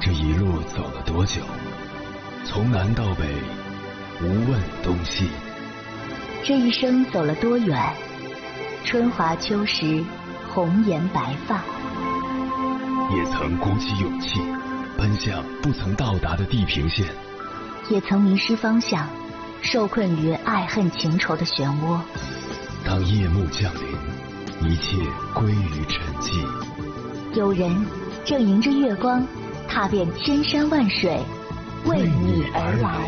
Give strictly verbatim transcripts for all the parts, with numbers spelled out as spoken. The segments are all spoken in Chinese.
这一路走了多久？从南到北，无问东西。 这一生走了多远？春华秋实，红颜白发。 也曾鼓起勇气，奔向不曾到达的地平线。 也曾迷失方向，受困于爱恨情仇的漩涡。 当夜幕降临，一切归于沉寂。 有人正迎着月光，踏遍千山万水，为你而来。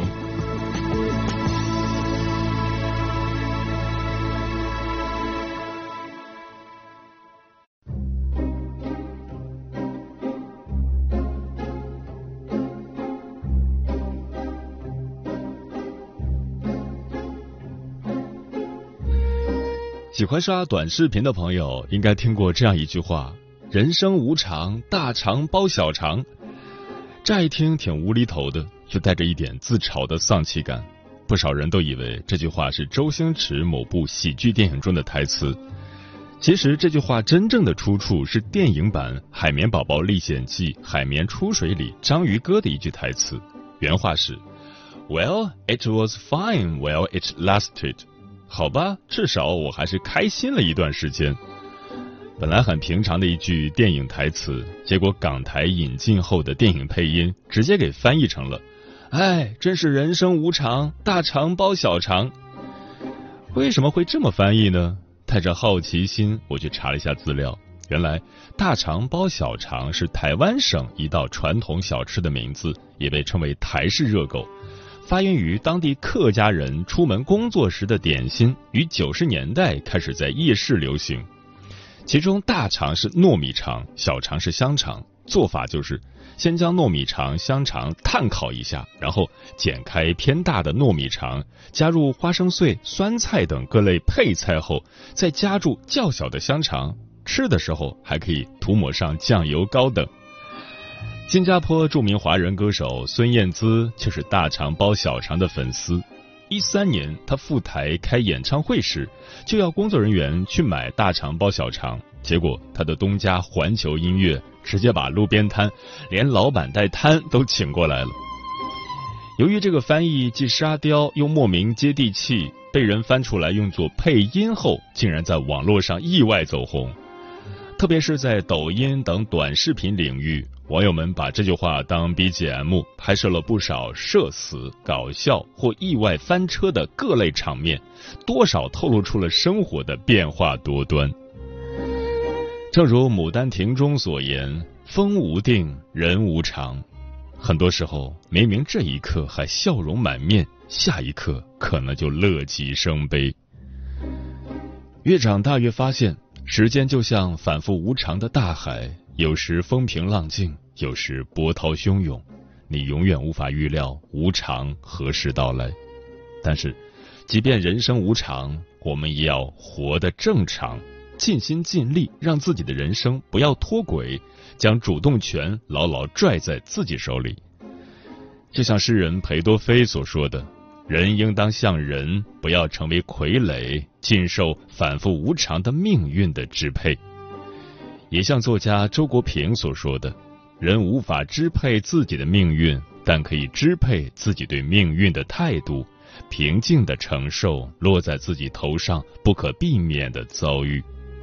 喜欢刷短视频的朋友应该听过这样一句话：人生无常，大肠包小肠。乍一听挺无厘头的，却带着一点自嘲的丧气感。不少人都以为这句话是周星驰某部喜剧电影中的台词。其实这句话真正的出处是电影版《海绵宝宝历险记》海绵出水里章鱼哥的一句台词，原话是 Well, it was fine while it lasted。好吧，至少我还是开心了一段时间。本来很平常的一句电影台词，结果港台引进后的电影配音直接给翻译成了哎，真是人生无常，大肠包小肠。为什么会这么翻译呢？带着好奇心，我去查了一下资料，原来大肠包小肠是台湾省一道传统小吃的名字，也被称为台式热狗。发源于当地客家人出门工作时的点心，于九十年代开始在夜市流行。其中大肠是糯米肠，小肠是香肠，做法就是先将糯米肠、香肠炭烤一下，然后剪开偏大的糯米肠，加入花生碎、酸菜等各类配菜后，再加入较小的香肠，吃的时候还可以涂抹上酱油膏等。新加坡著名华人歌手孙燕姿就是大肠包小肠的粉丝。一三年，他赴台开演唱会时，就要工作人员去买大肠包小肠，结果他的东家环球音乐直接把路边摊连老板带摊都请过来了。由于这个翻译既沙雕又莫名接地气，被人翻出来用作配音后，竟然在网络上意外走红。特别是在抖音等短视频领域，网友们把这句话当 B G M 拍摄了不少社死、搞笑或意外翻车的各类场面，多少透露出了生活的变化多端。正如《牡丹亭》中所言，风无定，人无常。很多时候，明明这一刻还笑容满面，下一刻可能就乐极生悲。越长大越发现，时间就像反复无常的大海，有时风平浪静，有时波涛汹涌，你永远无法预料无常何时到来。但是，即便人生无常，我们也要活得正常，尽心尽力，让自己的人生不要脱轨，将主动权牢牢拽在自己手里。就像诗人裴多菲所说的，人应当像人，不要成为傀儡，尽受反复无常的命运的支配。也像作家周国平所说的，人无法支配自己的命运，但可以支配自己对命运的态度，平静地承受落在自己头上不可避免的遭遇。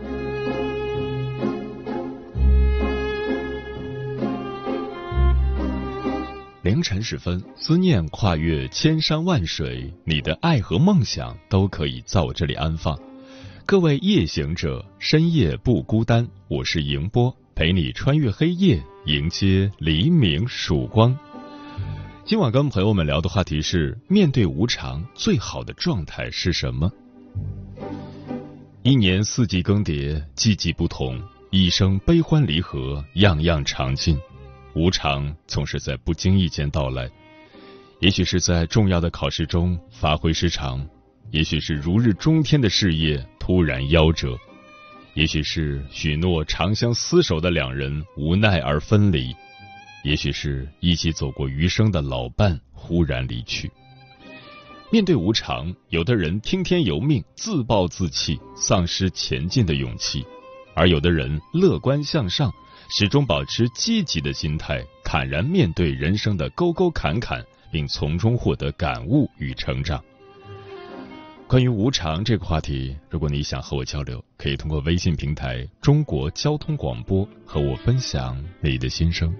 凌晨时分，思念跨越千山万水，你的爱和梦想都可以在我这里安放。各位夜行者，深夜不孤单，我是迎波，陪你穿越黑夜，迎接黎明曙光。今晚跟朋友们聊的话题是：面对无常，最好的状态是什么？一年四季更迭，季季不同，一生悲欢离合，样样常进。无常总是在不经意间到来，也许是在重要的考试中发挥失常，也许是如日中天的事业突然夭折，也许是许诺长相厮守的两人无奈而分离，也许是一起走过余生的老伴忽然离去。面对无常，有的人听天由命，自暴自弃，丧失前进的勇气，而有的人乐观向上， 始终保持积极的心态，坦然面对人生的沟沟坎坎，并从中获得感悟与成长。关于无常这个话题，如果你想和我交流，可以通过微信平台中国交通广播和我分享你的心声。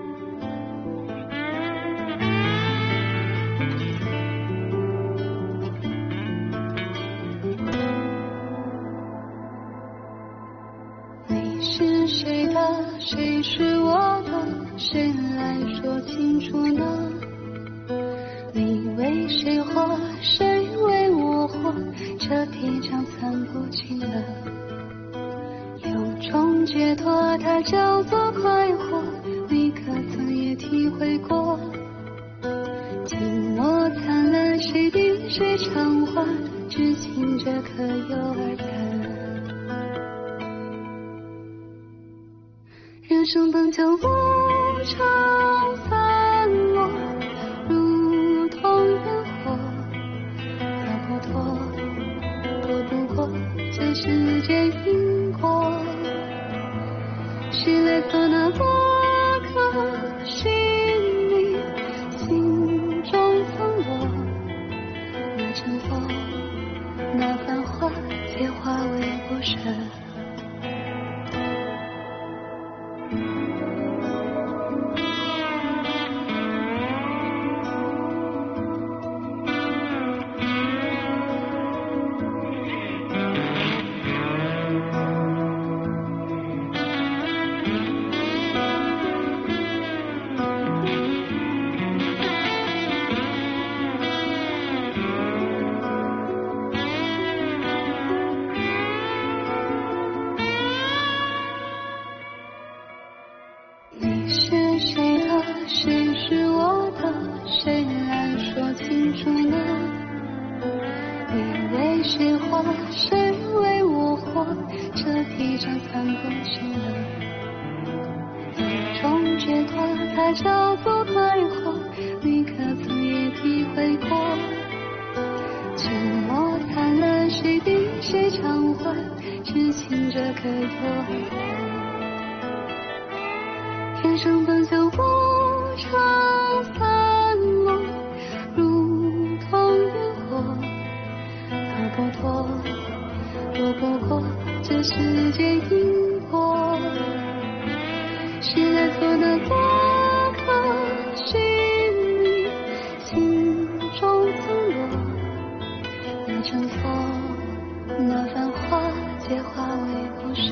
你是谁的，谁是我的，谁来说清楚呢？你为谁活，谁为我活，这一场参不清了。有种解脱，它叫做快活，你可曾也体会过？寂寞惨了，谁比谁偿还，知情者可有而谈。人生本就无常散落，如同烟火，逃不脱，躲不过这世界因果。谁来做那过客心里，心中曾落，那尘封，那繁华，皆化为不舍。人生本就无常散落，如同烟火，逃不脱，躲不过这世界因果。谁来做那过客心里，心中曾落，那尘封，那繁华，皆化为不舍。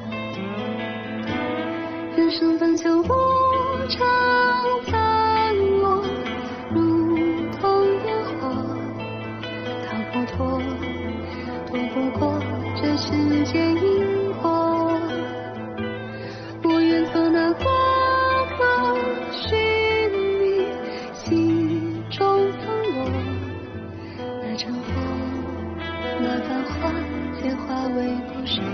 人生本就无常散落，如同烟火，逃不脱，躲不过这世界因果。我愿做那过客心里，心中曾落，那尘封，那繁华，皆化为不舍。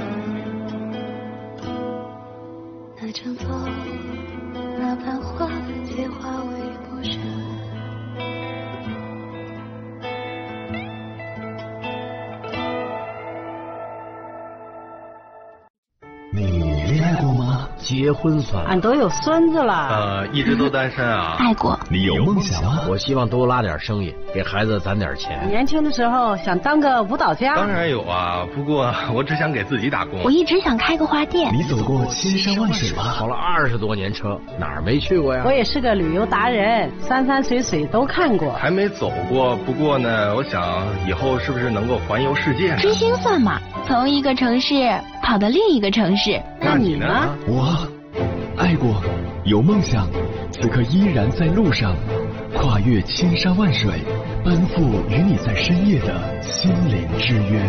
那尘封，那繁华，皆化为不舍。 你恋爱过吗？ 结婚算了， 俺都有孙子了。 呃，一直都单身啊。 爱过。 你有梦想吗？ 我希望多拉点生意，给孩子攒点钱。 年轻的时候想当个舞蹈家。 当然有啊，不过我只想给自己打工。 我一直想开个花店。 你走过千山万水吗？ 跑了二十多年车，哪儿没去过呀？ 我也是个旅游达人，山山水水都看过。 还没走过，不过呢，我想以后是不是能够环游世界呢？ 追星算吗？从一个城市跑到另一个城市。 那你呢？ 我爱过，有梦想，此刻依然在路上，跨越千山万水，奔赴与你在深夜的心灵之约。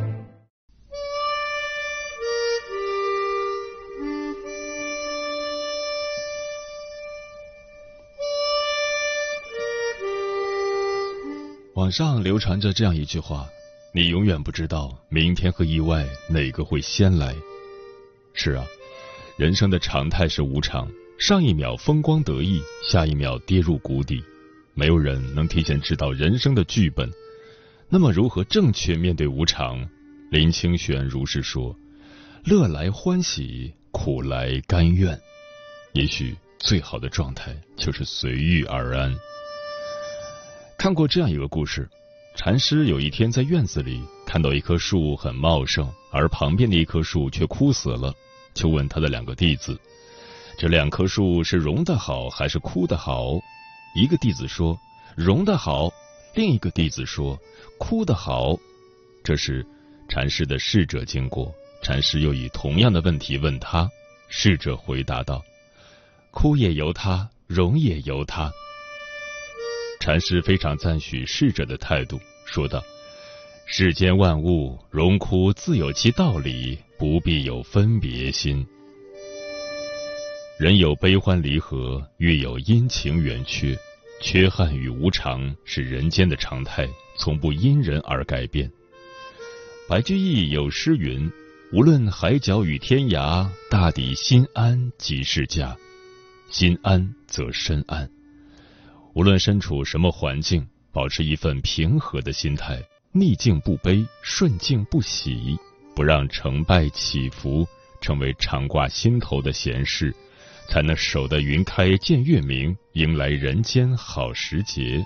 网上流传着这样一句话：你永远不知道明天和意外哪个会先来。是啊，人生的常态是无常，上一秒风光得意，下一秒跌入谷底，没有人能提前知道人生的剧本。那么如何正确面对无常？林清玄如是说：乐来欢喜， 苦来甘愿。也许最好的状态就是随遇而安。看过这样一个故事，禅师有一天在院子里看到一棵树很茂盛，而旁边的一棵树却枯死了，就问他的两个弟子，这两棵树是荣的好还是枯的好？一个弟子说荣的好，另一个弟子说枯的好。这时禅师的侍者经过，禅师又以同样的问题问他，侍者回答道，枯也由他，荣也由他。禅师非常赞许侍者的态度，说道，世间万物荣枯自有其道理，不必有分别心。人有悲欢离合，月有阴晴圆缺，缺憾与无常是人间的常态，从不因人而改变。白居易有诗云，无论海角与天涯，大抵心安即是家。心安则身安。无论身处什么环境，保持一份平和的心态，逆境不悲，顺境不喜，不让成败起伏成为常挂心头的闲事，才能守得云开见月明，迎来人间好时节。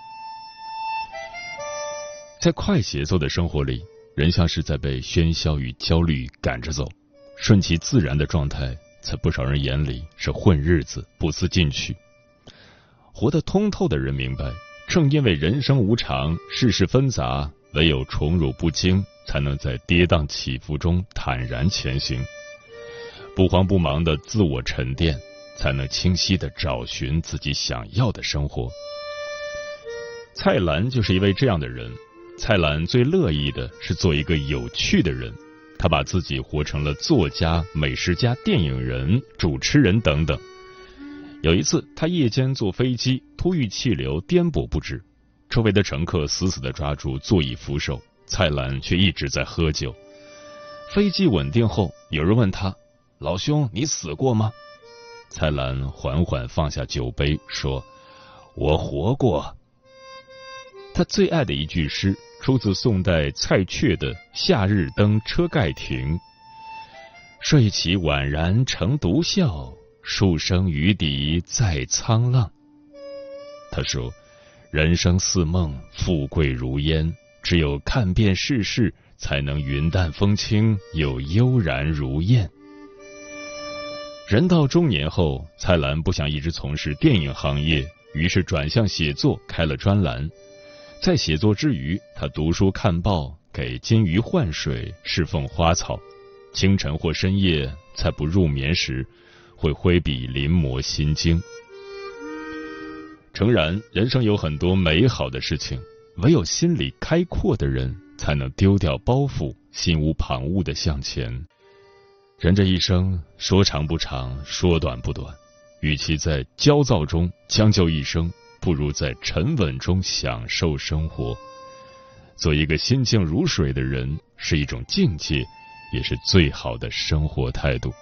在快节奏的生活里，人像是在被喧嚣与焦虑赶着走，顺其自然的状态在不少人眼里是混日子，不思进取。活得通透的人明白，正因为人生无常，世事纷杂，唯有宠辱不惊，才能在跌宕起伏中坦然前行。不慌不忙的自我沉淀，才能清晰地找寻自己想要的生活。蔡澜就是一位这样的人。蔡澜最乐意的是做一个有趣的人，他把自己活成了作家、美食家、电影人、主持人等等。有一次，他夜间坐飞机，突遇气流颠簸不止，周围的乘客死死地抓住座椅扶手，蔡澜却一直在喝酒。飞机稳定后，有人问他，老兄，你死过吗？蔡澜缓缓放下酒杯，说，我活过。他最爱的一句诗出自宋代蔡确的《夏日登车盖亭》，睡起宛然成独啸，数声雨底在沧浪。他说，人生似梦，富贵如烟，只有看遍世事，才能云淡风轻，又悠然如燕。人到中年后，蔡澜不想一直从事电影行业，于是转向写作，开了专栏。在写作之余，他读书看报，给金鱼换水，侍奉花草。清晨或深夜，在不入眠时，会挥笔临摹心经。诚然，人生有很多美好的事情，唯有心里开阔的人，才能丢掉包袱，心无旁骛地向前。人这一生，说长不长，说短不短，与其在焦躁中将就一生，不如在沉稳中享受生活。做一个心静如水的人，是一种境界，也是最好的生活态度。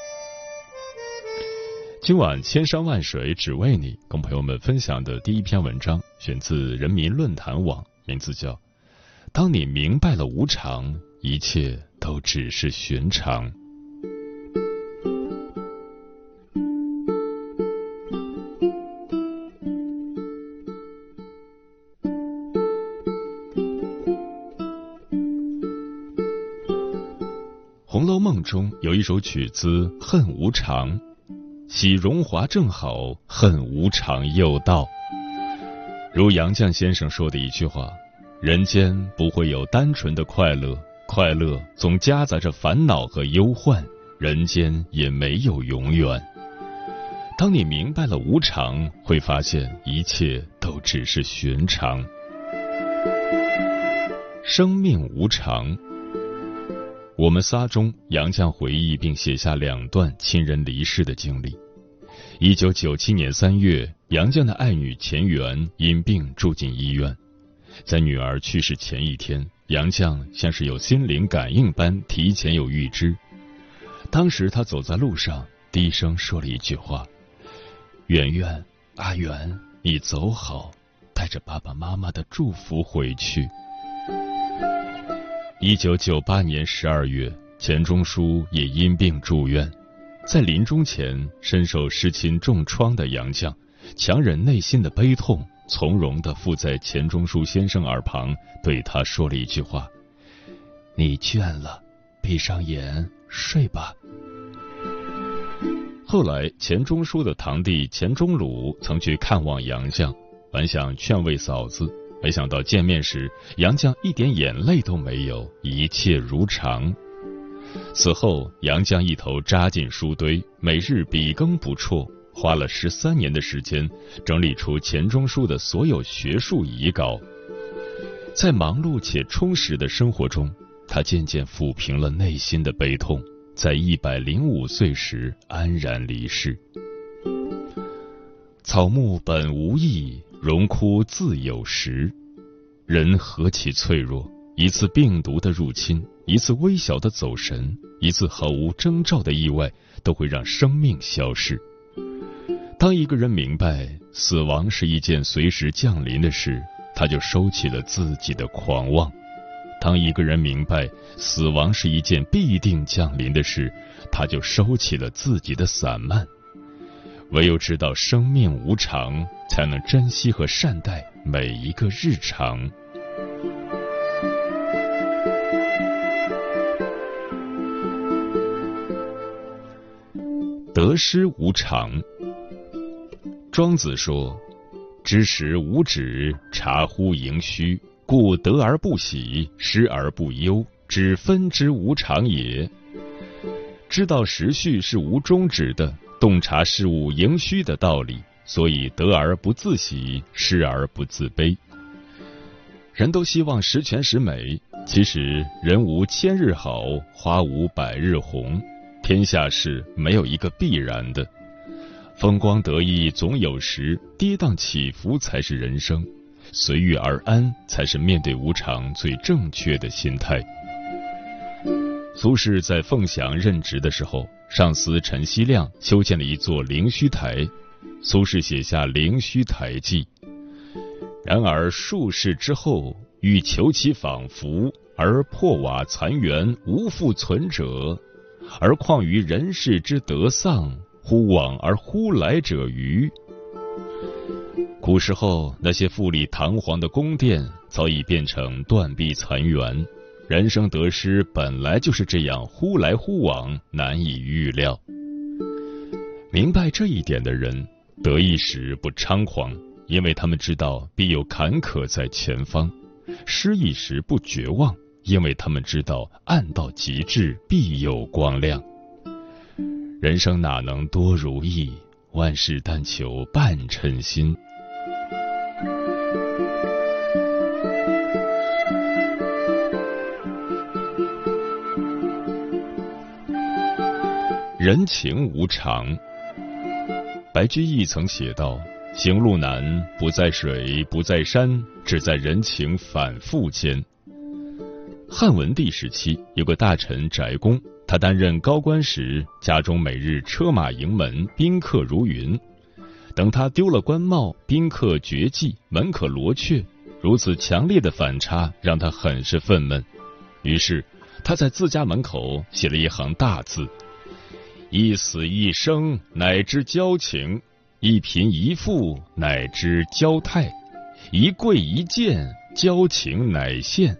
今晚千山万水只为你，跟朋友们分享的第一篇文章选自人民论坛网，名字叫《当你明白了无常，一切都只是寻常》。《红楼梦》中有一首曲子《恨无常》，喜荣华正好，恨无常又到。如杨绛先生说的一句话，人间不会有单纯的快乐，快乐总夹杂着烦恼和忧患，人间也没有永远。当你明白了无常，会发现一切都只是寻常。生命无常。我们仨中，杨绛回忆并写下两段亲人离世的经历。一九九七年三月，杨绛的爱女钱媛因病住进医院。在女儿去世前一天，杨绛像是有心灵感应般提前有预知。当时他走在路上，低声说了一句话：“媛媛，阿媛，你走好，带着爸爸妈妈的祝福回去。”一九九八年十二月，钱钟书也因病住院。 在临终前深受失亲重创的杨绛，强忍内心的悲痛，从容地附在钱钟书先生耳旁，对他说了一句话：你倦了，闭上眼睡吧。后来钱钟书的堂弟钱钟鲁曾去看望杨绛，本想劝慰嫂子，没想到见面时杨绛一点眼泪都没有，一切如常。此后杨绛一头扎进书堆，每日笔耕不辍，花了十三年的时间整理出钱钟书的所有学术遗稿。在忙碌且充实的生活中，他渐渐抚平了内心的悲痛，在一百零五岁时安然离世。草木本无意，荣枯自有时。人何其脆弱，一次病毒的入侵，一次微小的走神，一次毫无征兆的意外，都会让生命消逝。当一个人明白死亡是一件随时降临的事，他就收起了自己的狂妄；当一个人明白死亡是一件必定降临的事，他就收起了自己的散漫。唯有知道生命无常，才能珍惜和善待每一个日常。得失无常。庄子说：知时无止，察乎盈虚，故得而不喜，失而不忧，知分之无常也。知道时序是无终止的，洞察事物盈虚的道理，所以得而不自喜，失而不自悲。人都希望十全十美，其实人无千日好，花无百日红，天下事没有一个必然的。风光得意总有时，跌宕起伏才是人生，随遇而安才是面对无常最正确的心态。苏轼在凤翔任职的时候，上司陈希亮修建了一座灵虚台，苏轼写下《灵虚台记》。然而数世之后，欲求其仿佛，而破瓦残垣，无复存者，而况于人世之得丧，忽往而忽来者欤。古时候那些富丽堂皇的宫殿早已变成断壁残垣，人生得失本来就是这样忽来忽往，难以预料。明白这一点的人，得意时不猖狂，因为他们知道必有坎坷在前方；失意时不绝望，因为他们知道暗到极致必有光亮。人生哪能多如意，万事但求半称心。人情无常。白居易曾写道：行路难，不在水，不在山，只在人情反复间。汉文帝时期，有个大臣翟公，他担任高官时，家中每日车马盈门，宾客如云。等他丢了官帽，宾客绝迹，门可罗雀，如此强烈的反差让他很是愤懑。于是他在自家门口写了一行大字：一死一生，乃知交情；一贫一富，乃知交态；一贵一贱，交情乃现。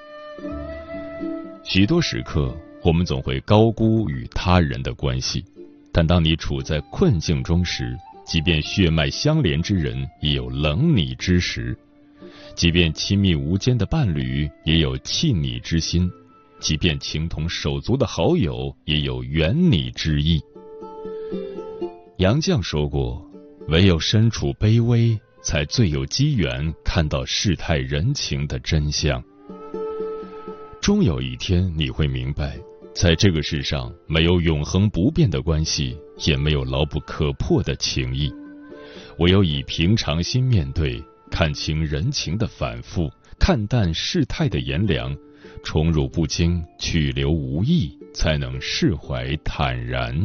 许多时刻，我们总会高估与他人的关系，但当你处在困境中时，即便血脉相连之人也有冷你之时，即便亲密无间的伴侣也有弃你之心，即便情同手足的好友也有远你之意。杨绛说过，唯有身处卑微，才最有机缘看到世态人情的真相。终有一天你会明白，在这个世上没有永恒不变的关系，也没有牢不可破的情谊，唯有以平常心面对，看清人情的反复，看淡世态的炎凉，宠辱不惊，去留无意，才能释怀坦然。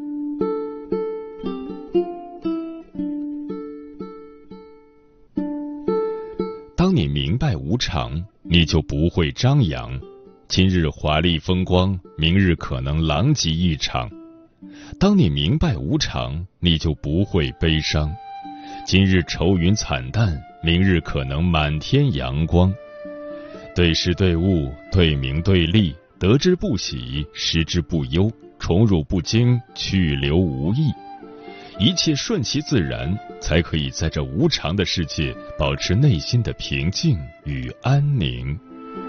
当你明白无常，你就不会张扬。今日华丽风光，明日可能狼藉一场。 当你明白无常，你就不会悲伤。今日愁云惨淡，明日可能满天阳光。对事对物，对名对利，得之不喜，失之不忧，宠辱不惊，去留无益。一切顺其自然，才可以在这无常的世界保持内心的平静与安宁。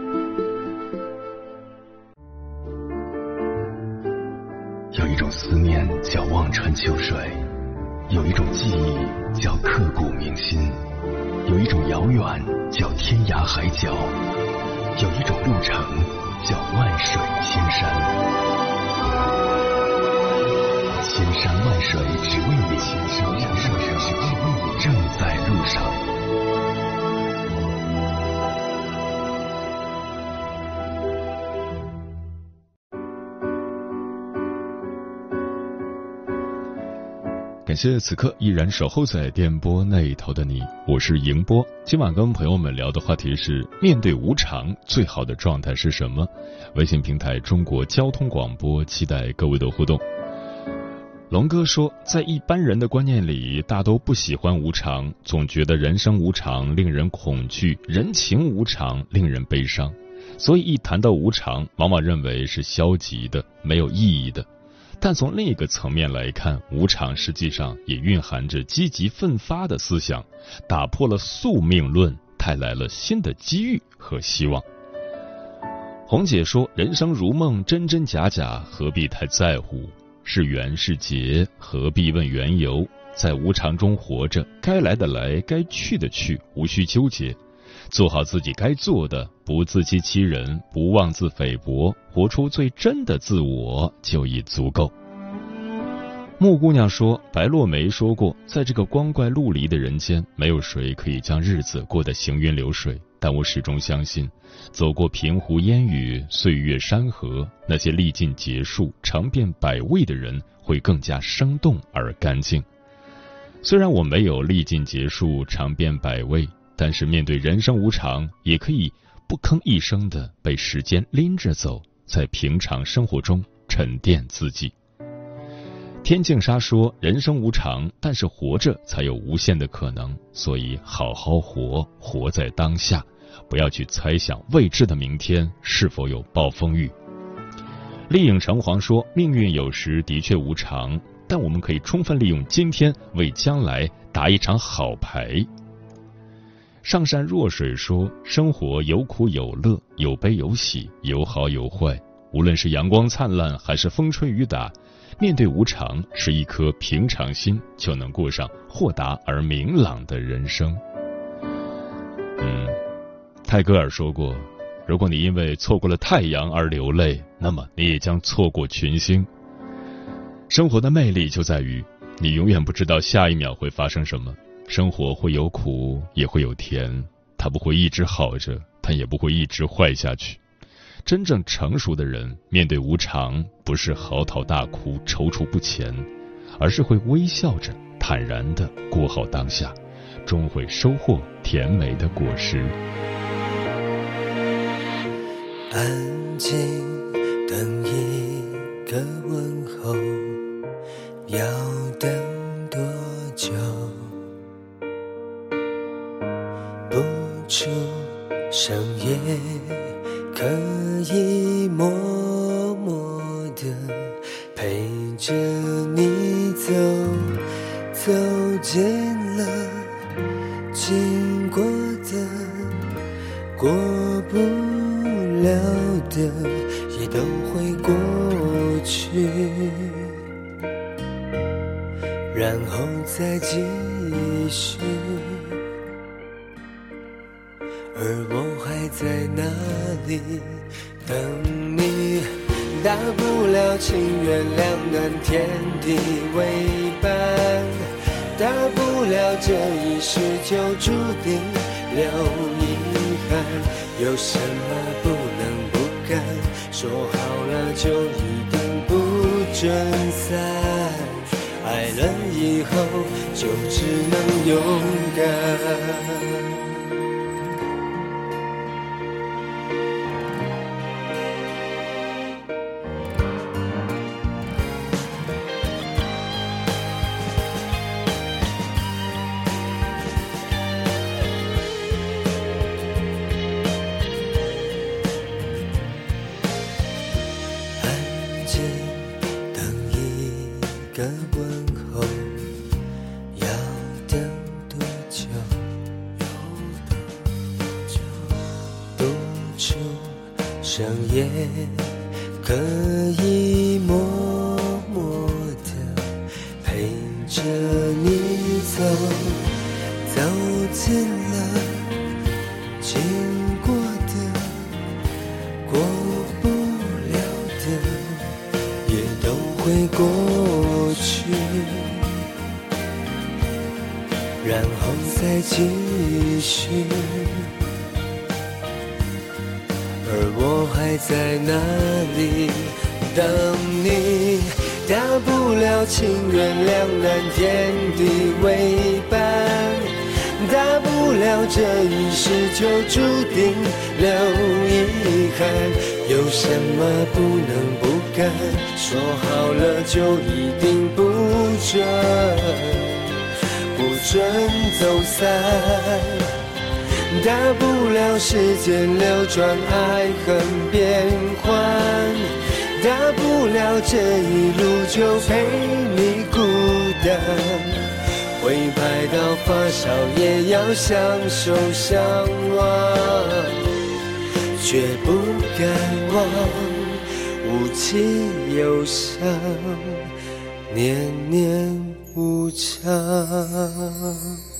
有一种思念叫望穿秋水，有一种记忆叫刻骨铭心，有一种遥远叫天涯海角，有一种路程叫万水千山。千山万水只为你，千山万水只为你，正在路上。 感谢此刻依然守候在电波那一头的你，我是迎波。今晚跟朋友们聊的话题是：面对无常，最好的状态是什么？微信平台中国交通广播，期待各位的互动。龙哥说，在一般人的观念里，大都不喜欢无常，总觉得人生无常令人恐惧，人情无常令人悲伤，所以一谈到无常，往往认为是消极的，没有意义的。但从另一个层面来看，无常实际上也蕴含着积极奋发的思想，打破了宿命论，带来了新的机遇和希望。红姐说，人生如梦，真真假假，何必太在乎？是缘是劫，何必问缘由？在无常中活着，该来的来，该去的去，无需纠结。做好自己该做的，不自欺欺人，不妄自菲薄，活出最真的自我，就已足够。木姑娘说，白落梅说过，在这个光怪陆离的人间，没有谁可以将日子过得行云流水，但我始终相信，走过平湖烟雨，岁月山河，那些历尽劫数，尝遍百味的人，会更加生动而干净。虽然我没有历尽劫数，尝遍百味，但是面对人生无常，也可以不吭一声地被时间拎着走，在平常生活中沉淀自己。天净沙说，人生无常，但是活着才有无限的可能，所以好好活，活在当下，不要去猜想未知的明天是否有暴风雨。丽影橙黄说，命运有时的确无常，但我们可以充分利用今天，为将来打一场好牌。上善若水说，生活有苦有乐，有悲有喜，有好有坏，无论是阳光灿烂还是风吹雨打，面对无常，持一颗平常心，就能过上豁达而明朗的人生。嗯，泰戈尔说过，如果你因为错过了太阳而流泪，那么你也将错过群星。生活的魅力就在于，你永远不知道下一秒会发生什么。生活会有苦，也会有甜，它不会一直好着，但也不会一直坏下去。真正成熟的人，面对无常，不是嚎啕大哭、踌躇不前，而是会微笑着、坦然地过好当下，终会收获甜美的果实。 安静等一个问候，要等多久？不出声也可以默默地陪着你走，走见了经过的，过不了的也都会过去，然后再继续。而我还在那里等你，大不了情愿两难天地为伴，大不了这一世就注定留遗憾，有什么不能不敢，说好了就一定不准散，爱了以后就只能勇敢。 等多久？多久上演可以默默地陪着你走，走进了经过的，过不了的，也都会过去，然后再继续。而我还在那里等你，大不了请原谅南天地为伴，大不了这一世就注定留遗憾，有什么不能不敢？说好了就一定不准，不准走散。大不了时间流转，爱恨变换，大不了这一路就陪你孤单，会拍到发烧也要相守相望，绝不敢忘，无期忧伤，念念无常。